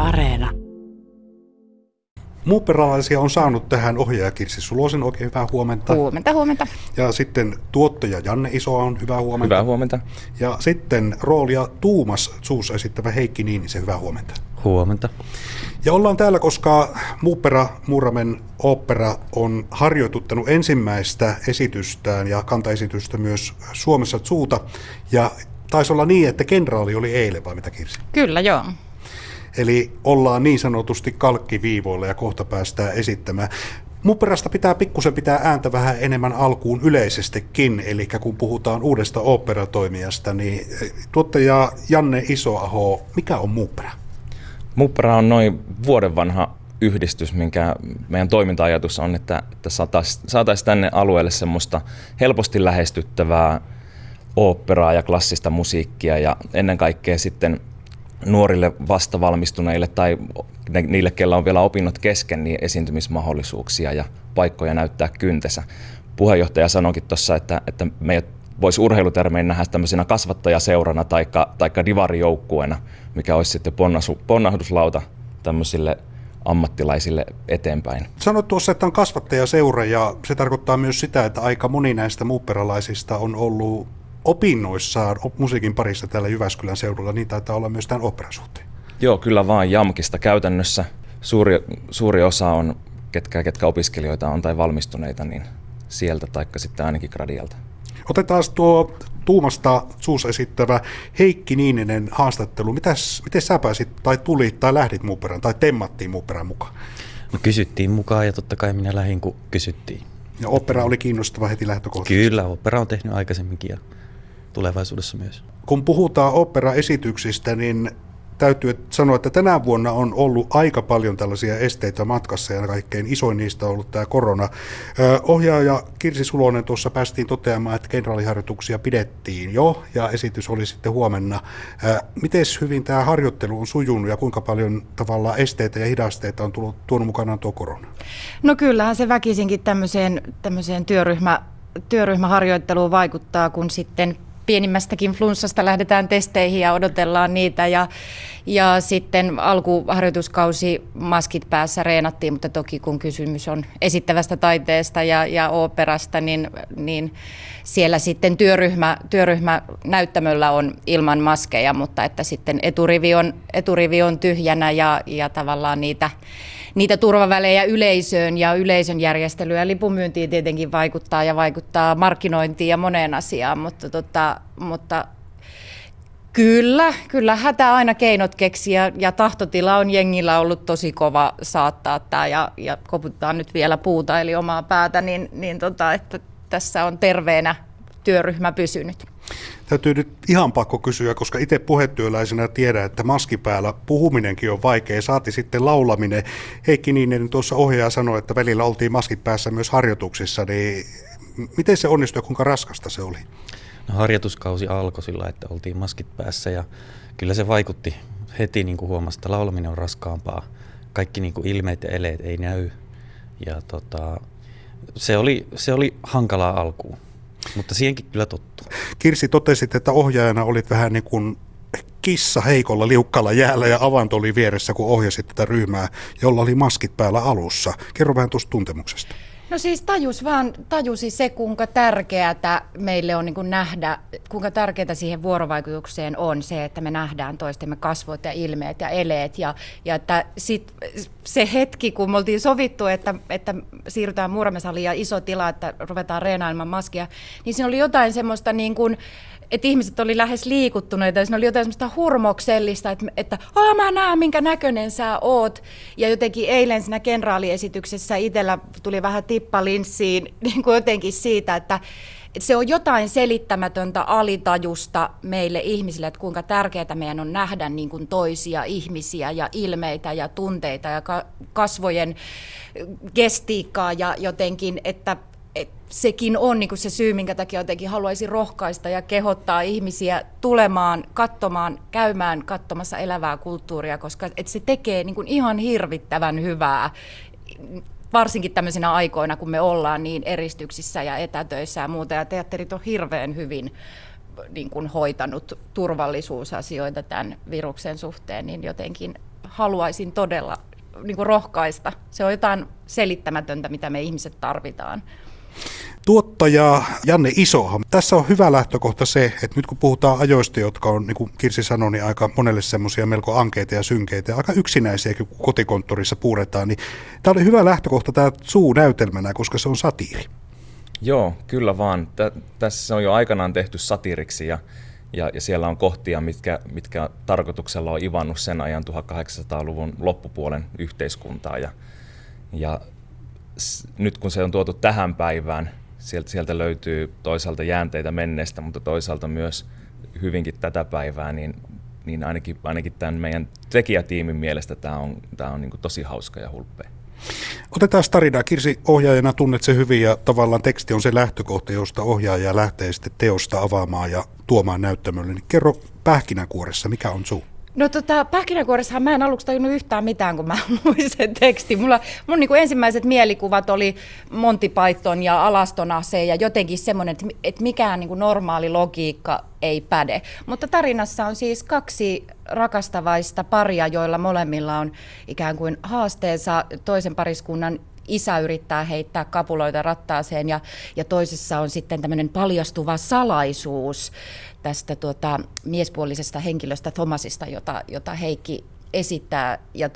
Areena. Muuperalaisia on saanut tähän ohjaaja Kirsi Sulosen, oikein hyvää huomenta. Huomenta. Ja sitten tuottaja Janne Iso on hyvää huomenta. Hyvää huomenta. Ja sitten roolia Tuumas Zoos esittävä Heikki Niinisen, hyvää huomenta. Huomenta. Ja ollaan täällä, koska Muuramen ooppera on harjoituttanut ensimmäistä esitystään ja kantaesitystä myös Suomessa Zoota. Ja taisi olla niin, että kenraali oli eilen, vai mitä Kirsi? Kyllä, joo. Eli ollaan niin sanotusti kalkkiviivoilla ja kohta päästään esittämään. Muuperasta pikkusen pitää ääntä vähän enemmän alkuun yleisestikin, eli kun puhutaan uudesta oopperatoimijasta, niin tuottaja Janne Isoaho, mikä on Muupera? Muupera on noin vuoden vanha yhdistys, minkä meidän toiminta-ajatus on, että saataisiin tänne alueelle semmoista helposti lähestyttävää oopperaa ja klassista musiikkia ja ennen kaikkea sitten nuorille vastavalmistuneille tai niille, kellä on vielä opinnot kesken, niin esiintymismahdollisuuksia ja paikkoja näyttää kyntensä. Puheenjohtaja sanoikin tuossa, että meidät voisi urheilutermein nähdä tämmöisenä kasvattajaseurana tai divarijoukkueena, mikä olisi sitten ponnahduslauta tämmöisille ammattilaisille eteenpäin. Sanoit tuossa, että on kasvattajaseura ja se tarkoittaa myös sitä, että aika moni näistä muupperalaisista on ollut opinnoissaan musiikin parissa täällä Jyväskylän seudulla, niin taitaa olla myös tämän oopperan suhteen. Joo, kyllä vaan JAMKista käytännössä. Suuri osa on, ketkä opiskelijoita on tai valmistuneita, niin sieltä taikka sitten ainakin gradialta. Otetaan tuo Tuumasta Zoos esittävä Heikki Niininen haastattelu. Miten sä pääsit tai tulit tai lähdit Muuperaan tai temmattiin Muuperaan mukaan? No, kysyttiin mukaan ja totta kai minä lähdin, kun kysyttiin. Ja opera oli kiinnostava heti lähtökohtaisesti. Kyllä, opera on tehnyt aikaisemminkin ja tulevaisuudessa myös. Kun puhutaan operaesityksistä, niin täytyy sanoa, että tänä vuonna on ollut aika paljon tällaisia esteitä matkassa ja kaikkein isoin niistä on ollut tämä korona. Ohjaaja Kirsi Sulonen tuossa päästiin toteamaan, että kenraaliharjoituksia pidettiin jo ja esitys oli sitten huomenna. Miten hyvin tämä harjoittelu on sujunut ja kuinka paljon tavallaan esteitä ja hidasteita on tuonut mukanaan tuo korona? No kyllähän se väkisinkin tämmöiseen työryhmäharjoitteluun vaikuttaa, kun sitten pienimmästäkin flunssasta lähdetään testeihin ja odotellaan niitä ja sitten alkuharjoituskausi maskit päässä reenattiin, mutta toki kun kysymys on esittävästä taiteesta ja oopperasta, niin siellä sitten työryhmänäyttämöllä on ilman maskeja, mutta että sitten eturivi on tyhjänä ja tavallaan niitä turvavälejä yleisöön ja yleisön järjestelyä ja lipunmyyntiin tietenkin vaikuttaa markkinointiin ja moneen asiaan, mutta kyllä hätä aina keinot keksiä ja tahtotila on jengillä ollut tosi kova saattaa tämä ja koputetaan nyt vielä puuta eli omaa päätä, että tässä on terveenä työryhmä pysynyt. Täytyy nyt ihan pakko kysyä, koska itse puhetyöläisenä tiedän, että maski päällä puhuminenkin on vaikea, saati sitten laulaminen. Heikki Niininen tuossa ohjaaja sanoi, että välillä oltiin maskit päässä myös harjoituksissa, niin miten se onnistui ja kuinka raskasta se oli? No, harjoituskausi alkoi sillä, että oltiin maskit päässä ja kyllä se vaikutti heti, niin kuin huomasi, että laulaminen on raskaampaa. Kaikki niin kuin ilmeet ja eleet ei näy ja se oli hankalaa alkuun. Mutta siihenkin kyllä tottuu. Kirsi, totesit, että ohjaajana olit vähän niin kuin kissa heikolla liukkalla jäällä ja avanto oli vieressä, kun ohjasit tätä ryhmää, jolla oli maskit päällä alussa. Kerro vähän tuosta tuntemuksesta. No siis tajusi se, kuinka tärkeää meille on niin kuin nähdä, kuinka tärkeää siihen vuorovaikutukseen on se, että me nähdään toistemme kasvot ja ilmeet ja eleet. Ja että sit se hetki, kun me oltiin sovittu, että siirrytään Muuramen-saliin ja iso tila, että ruvetaan reenailemaan maskia, niin siinä oli jotain semmoista niin kuin, että ihmiset oli lähes liikuttuneita ja siinä oli jotain semmoista hurmoksellista, että mä näen minkä näköinen sä oot. Ja jotenkin eilen siinä kenraaliesityksessä itsellä tuli vähän tippa linssiin niin kuin jotenkin siitä, että se on jotain selittämätöntä alitajusta meille ihmisille, että kuinka tärkeää meidän on nähdä niin kuin toisia ihmisiä ja ilmeitä ja tunteita ja kasvojen gestiikkaa ja jotenkin, että sekin on niin kuin se syy, minkä takia jotenkin haluaisin rohkaista ja kehottaa ihmisiä tulemaan, katsomaan, käymään katsomassa elävää kulttuuria, koska se tekee niin kuin ihan hirvittävän hyvää, varsinkin tämmöisinä aikoina, kun me ollaan niin eristyksissä ja etätöissä ja muuta, ja teatterit on hirveän hyvin niin kuin hoitanut turvallisuusasioita tämän viruksen suhteen, niin jotenkin haluaisin todella niin kuin rohkaista. Se on jotain selittämätöntä, mitä me ihmiset tarvitaan. Tuottaja Janne Isoha. Tässä on hyvä lähtökohta se, että nyt kun puhutaan ajoista, jotka on, niin kuin Kirsi sanoi, niin aika monelle semmoisia melko ankeita ja synkeitä ja aika yksinäisiäkin, kun kotikonttorissa puuretaan, niin tämä oli hyvä lähtökohta tämä Zoo näytelmänä, koska se on satiiri. Joo, kyllä vaan. Tässä on jo aikanaan tehty satiiriksi ja siellä on kohtia, mitkä tarkoituksella on ivannut sen ajan 1800-luvun loppupuolen yhteiskuntaa. Ja nyt kun se on tuotu tähän päivään, sieltä löytyy toisaalta jäänteitä menneestä, mutta toisaalta myös hyvinkin tätä päivää, niin ainakin tämän meidän tekijätiimin mielestä tämä on niin kuin tosi hauska ja hulppea. Otetaan tarinaa. Kirsi, ohjaajana tunnet se hyvin ja tavallaan teksti on se lähtökohta, josta ohjaaja lähtee sitten teosta avaamaan ja tuomaan näyttämölle. Niin kerro pähkinänkuoressa, mikä on Zoo? No pähkinänkuoressahan mä en aluksi tajunnut yhtään mitään, kun mä luin sen tekstin. Mun niin kuin ensimmäiset mielikuvat oli Monty Python ja Alaston ase ja jotenkin semmoinen, että mikään niin kuin normaali logiikka ei päde. Mutta tarinassa on siis kaksi rakastavaista paria, joilla molemmilla on ikään kuin haasteensa. Toisen pariskunnan isä yrittää heittää kapuloita rattaaseen ja toisessa on sitten tämmöinen paljastuva salaisuus tästä miespuolisesta henkilöstä Thomasista, jota Heikki esittää.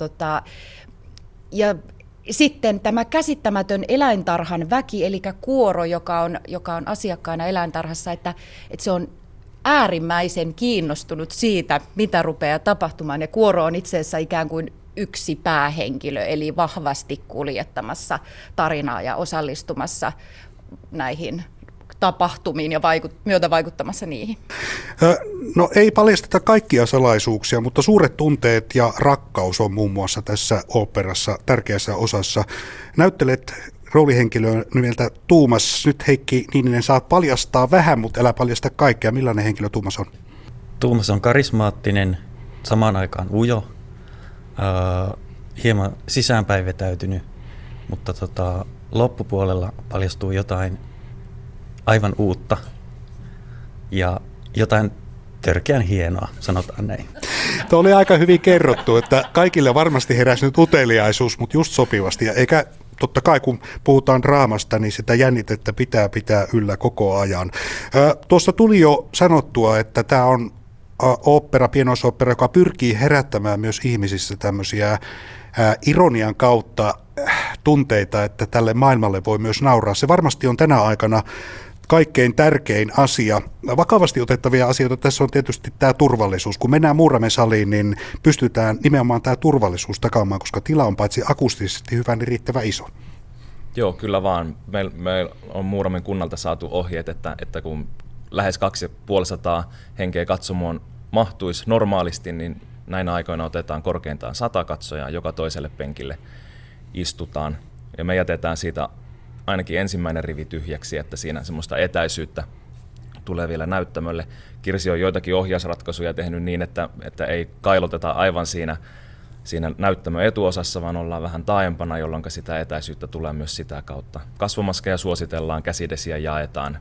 Ja sitten tämä käsittämätön eläintarhan väki, eli kuoro, joka on asiakkaana eläintarhassa, että se on äärimmäisen kiinnostunut siitä, mitä rupeaa tapahtumaan. Ja kuoro on itse asiassa ikään kuin yksi päähenkilö, eli vahvasti kuljettamassa tarinaa ja osallistumassa näihin tapahtumiin ja myötävaikuttamassa niihin. No ei paljasteta kaikkia salaisuuksia, mutta suuret tunteet ja rakkaus on muun muassa tässä oopperassa tärkeässä osassa. Näyttelet roolihenkilöä nimeltä Tuumas. Nyt Heikki Niininen saat paljastaa vähän, mutta älä paljasta kaikkea. Millainen henkilö Tuumas on? Tuumas on karismaattinen, samaan aikaan ujo, hieman sisäänpäin vetäytynyt, mutta loppupuolella paljastuu jotain aivan uutta ja jotain törkeän hienoa, sanotaan näin. Tuo oli aika hyvin kerrottu, että kaikille varmasti heräsi nyt uteliaisuus, mutta just sopivasti. Ja eikä totta kai kun puhutaan draamasta, niin sitä jännitettä pitää yllä koko ajan. Tuossa tuli jo sanottua, että tämä on pienoisooppera, joka pyrkii herättämään myös ihmisissä tämmöisiä ironian kautta tunteita, että tälle maailmalle voi myös nauraa. Se varmasti on tänä aikana kaikkein tärkein asia. Vakavasti otettavia asioita tässä on tietysti tämä turvallisuus. Kun mennään Muurame-saliin, niin pystytään nimenomaan tämä turvallisuus takaamaan, koska tila on paitsi akustisesti hyvä, niin riittävän iso. Joo, kyllä vaan. Meillä on Muuramen kunnalta saatu ohjeet, että kun lähes 250 henkeä katsomoon mahtuisi normaalisti, niin näinä aikoina otetaan korkeintaan 100 katsojaa, joka toiselle penkille istutaan. Ja me jätetään siitä ainakin ensimmäinen rivi tyhjäksi, että siinä semmoista etäisyyttä tulee vielä näyttämölle. Kirsi on joitakin ohjausratkaisuja tehnyt niin, että ei kailoteta aivan siinä näyttämön etuosassa, vaan ollaan vähän taaempana, jolloin sitä etäisyyttä tulee myös sitä kautta. Kasvomaskeja suositellaan, käsidesiä jaetaan.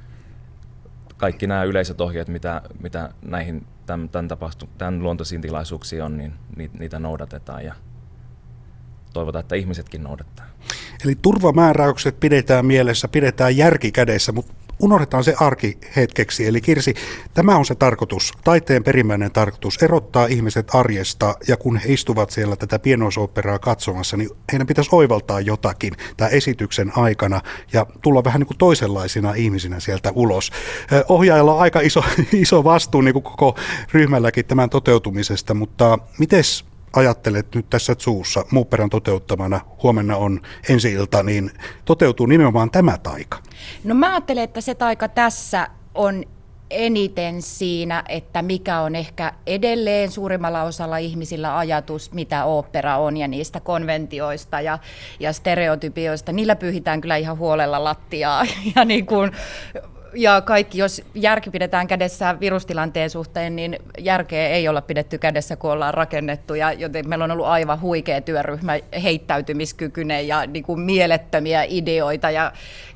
Kaikki nämä yleiset ohjeet, mitä näihin tämän luontoisiin tilaisuuksiin on, niin niitä noudatetaan ja toivotaan, että ihmisetkin noudattaa. Eli turvamääräykset pidetään mielessä, pidetään järki kädessä, mutta unohdetaan se arki hetkeksi. Eli Kirsi, tämä on se tarkoitus, taiteen perimmäinen tarkoitus, erottaa ihmiset arjesta, ja kun he istuvat siellä tätä pienoisoopperaa katsomassa, niin heidän pitäisi oivaltaa jotakin tämän esityksen aikana ja tulla vähän niin kuin toisenlaisina ihmisinä sieltä ulos. Ohjaajalla on aika iso vastuu niin kuin koko ryhmälläkin tämän toteutumisesta, mutta mites ajattelet nyt tässä Zoossa Muuperän toteuttamana, huomenna on ensi-ilta, niin toteutuu nimenomaan tämä taika? No mä ajattelen, että se taika tässä on eniten siinä, että mikä on ehkä edelleen suurimmalla osalla ihmisillä ajatus, mitä ooppera on ja niistä konventioista ja stereotypioista. Niillä pyyhitään kyllä ihan huolella lattiaa ja kaikki, jos järki pidetään kädessä virustilanteen suhteen, niin järkeä ei olla pidetty kädessä, kun ollaan rakennettu. Joten meillä on ollut aivan huikea työryhmä, heittäytymiskykyinen ja niin kuin mielettömiä ideoita.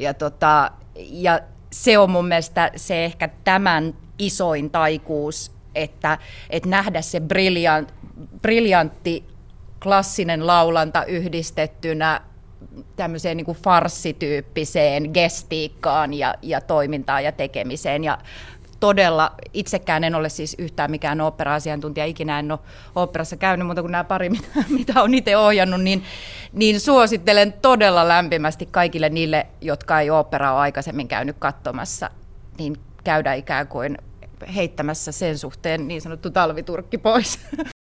Ja se on mun mielestä se ehkä tämän isoin taikuus, että nähdä se briljantti klassinen laulanta yhdistettynä tämmöiseen niin kuin farssityyppiseen gestiikkaan ja toimintaan ja tekemiseen. Ja todella, itsekään en ole siis yhtään mikään ooppera-asiantuntija, ikinä en ole oopperassa käynyt, mutta kun nämä pari, mitä olen itse ohjannut, niin suosittelen todella lämpimästi kaikille niille, jotka ei oopperaa ole aikaisemmin käynyt katsomassa, niin käydä ikään kuin heittämässä sen suhteen niin sanottu talviturkki pois.